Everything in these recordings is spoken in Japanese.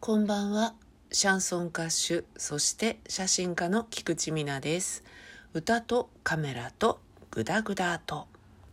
こんばんは。シャンソン歌手、そして写真家の菊池美奈です。歌とカメラとグダグダと。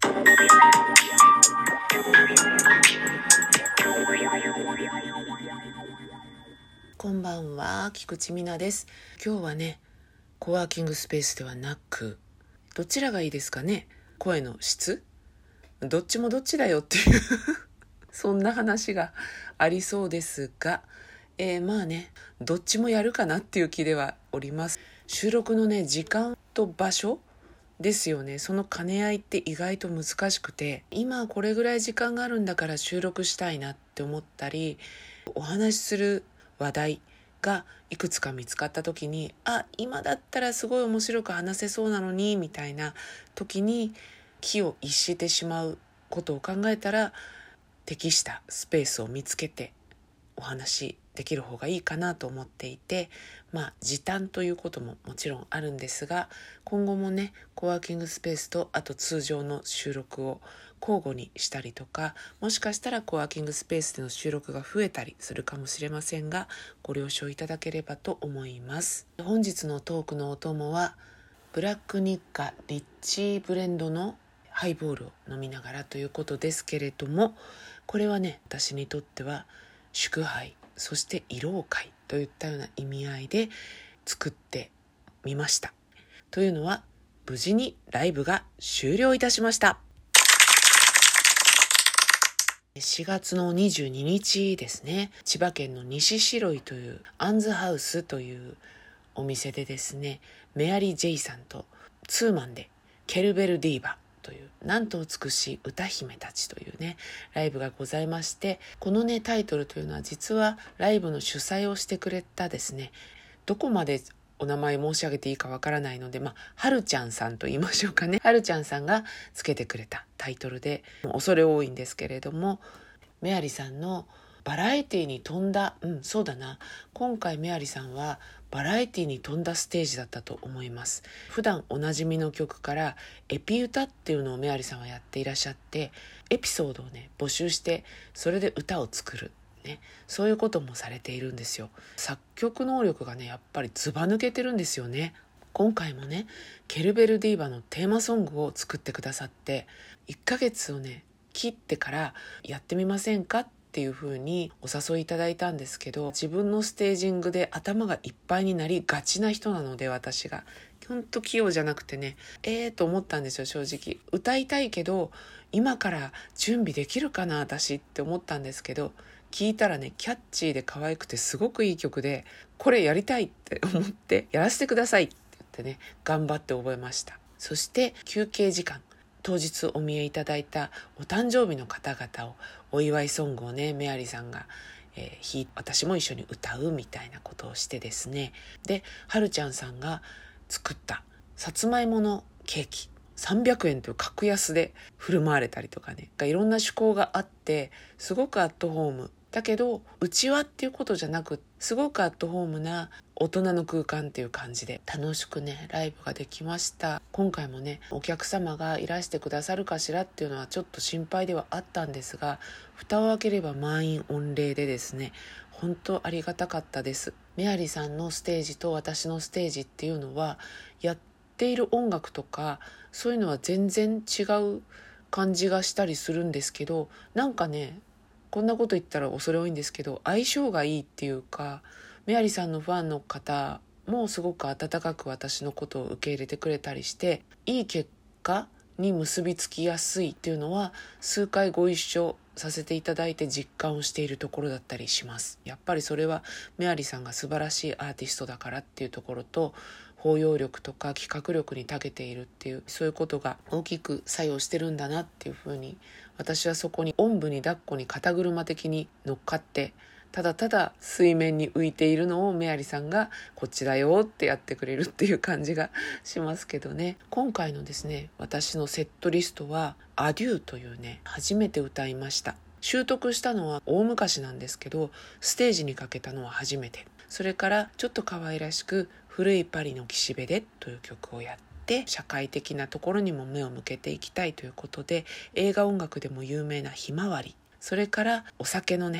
こんばんは、菊池美奈です。今日はね、コワーキングスペースではなく、どちらがいいですかね？声の質？どっちもどっちだよっていうそんな話がありそうですが、まあね、どっちもやるかなっていう気ではおります。収録のね、時間と場所ですよね。その兼ね合いって意外と難しくて、今これぐらい時間があるんだから収録したいなって思ったり、お話しする話題がいくつか見つかった時に、今だったらすごい面白く話せそうなのにみたいな時に気を逸してしまうことを考えたら、適したスペースを見つけてお話できる方がいいかなと思っていて、時短ということももちろんあるんですが、今後もね、コワーキングスペースとあと通常の収録を交互にしたりとか、もしかしたらコワーキングスペースでの収録が増えたりするかもしれませんが、ご了承いただければと思います。本日のトークのお供はブラックニッカリッチーブレンドのハイボールを飲みながらということですけれども、これはね、私にとっては祝杯、そして慰労会といったような意味合いで作ってみました。というのは、無事にライブが終了いたしました。4月の22日ですね、千葉県の西白井というアンズハウスというお店でですね、メアリー・ジェイさんとツーマンでケルベルディーバというなんと美しい歌姫たちというねライブがございまして、このねタイトルというのは実はライブの主催をしてくれたですね、どこまでお名前申し上げていいかわからないので、はるちゃんさんと言いましょうかね。はるちゃんさんがつけてくれたタイトルで、恐れ多いんですけれども、メアリさんのバラエティに富んだ、そうだな、今回メアリさんはバラエティに富んだステージだったと思います。普段おなじみの曲からエピ歌っていうのをメアリさんはやっていらっしゃって、エピソードをね募集して、それで歌を作るね、そういうこともされているんですよ。作曲能力がねやっぱりずば抜けてるんですよね。今回もね、ケルベルディーバのテーマソングを作ってくださって、1ヶ月をね切ってからやってみませんかっていう風にお誘いいただいたんですけど、自分のステージングで頭がいっぱいになりがちな人なので、私がほんと器用じゃなくてね、と思ったんですよ。正直歌いたいけど今から準備できるかな私って思ったんですけど、聞いたらねキャッチーで可愛くてすごくいい曲で、これやりたいって思ってやらせてくださいって言ってね、頑張って覚えました。そして休憩時間、当日お見えいただいたお誕生日の方々をお祝いソングをねメアリーさんが、私も一緒に歌うみたいなことをしてですね、ではるちゃんさんが作ったさつまいものケーキ300円という格安で振る舞われたりとかね、いろんな趣向があって、すごくアットホームだけど内輪っていうことじゃなく、すごくアットホームな大人の空間っていう感じで楽しくねライブができました。今回もねお客様がいらしてくださるかしらっていうのはちょっと心配ではあったんですが、蓋を開ければ満員御礼でですね、本当ありがたかったです。メアリさんのステージと私のステージっていうのは、やっている音楽とかそういうのは全然違う感じがしたりするんですけど、なんかね、こんなこと言ったら恐れ多いんですけど、相性がいいっていうか、メアリさんのファンの方もすごく温かく私のことを受け入れてくれたりして、いい結果に結びつきやすいっていうのは数回ご一緒させていただいて実感をしているところだったりします。やっぱりそれはメアリさんが素晴らしいアーティストだからっていうところと、包容力とか企画力に長けているっていう、そういうことが大きく作用してるんだなっていうふうに、私はそこにおんぶに抱っこに肩車的に乗っかって、ただただ水面に浮いているのをメアリさんがこっちだよってやってくれるっていう感じがしますけどね。今回のですね、私のセットリストはアデューというね、初めて歌いました。習得したのは大昔なんですけど、ステージにかけたのは初めて。それからちょっと可愛らしく古いパリの岸辺でという曲をやって、社会的なところにも目を向けていきたいということで、映画音楽でも有名なひまわり、それからお酒のね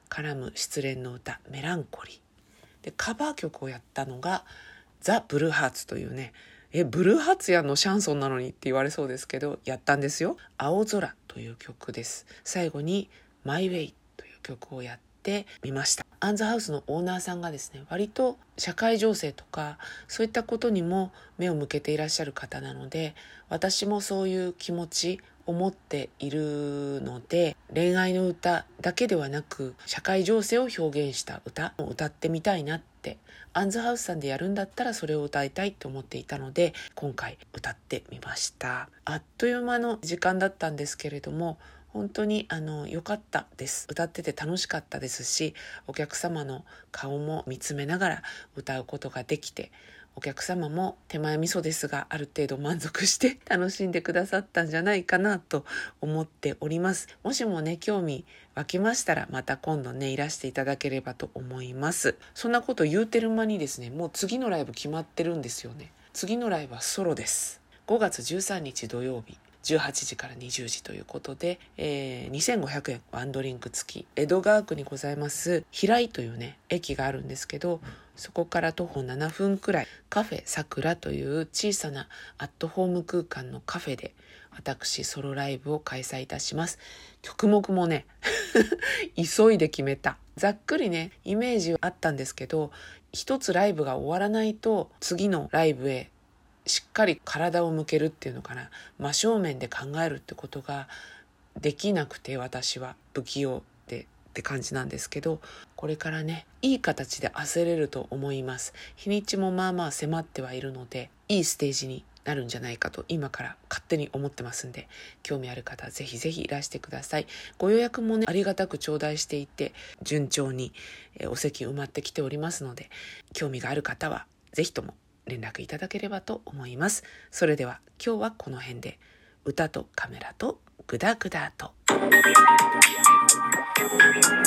絡む失恋の歌メランコリーで、カバー曲をやったのがザ・ブルーハーツというね、ブルーハーツやんのシャンソンなのにって言われそうですけど、やったんですよ。青空という曲です。最後にマイウェイという曲をやってみました。アンザハウスのオーナーさんがですね、割と社会情勢とかそういったことにも目を向けていらっしゃる方なので、私もそういう気持ちを持っているので、恋愛の歌だけではなく社会情勢を表現した歌を歌ってみたいなって、アンズハウスさんでやるんだったらそれを歌いたいと思っていたので、今回歌ってみました。あっという間の時間だったんですけれども、本当に良かったです。歌ってて楽しかったですし、お客様の顔も見つめながら歌うことができて、お客様も手前味噌ですがある程度満足して楽しんでくださったんじゃないかなと思っております。もしもね、興味湧きましたらまた今度ね、いらしていただければと思います。そんなこと言うてる間にですね、もう次のライブ決まってるんですよね。次のライブはソロです。5月13日土曜日18時から20時ということで、2500円ワンドリンク付き、江戸川区にございます平井というね駅があるんですけど、そこから徒歩7分くらい、カフェさくらという小さなアットホーム空間のカフェで私ソロライブを開催いたします。曲目もね急いで決めた。ざっくりねイメージはあったんですけど、一つライブが終わらないと次のライブへしっかり体を向けるっていうのかな、真正面で考えるってことができなくて、私は不器用でって感じなんですけど、これからねいい形で焦れると思います。日にちもまあまあ迫ってはいるので、いいステージになるんじゃないかと今から勝手に思ってますんで、興味ある方はぜひぜひいらしてください。ご予約もねありがたく頂戴していて、順調にお席埋まってきておりますので、興味がある方はぜひとも連絡いただければと思います。それでは今日はこの辺で、歌とカメラとグダグダと。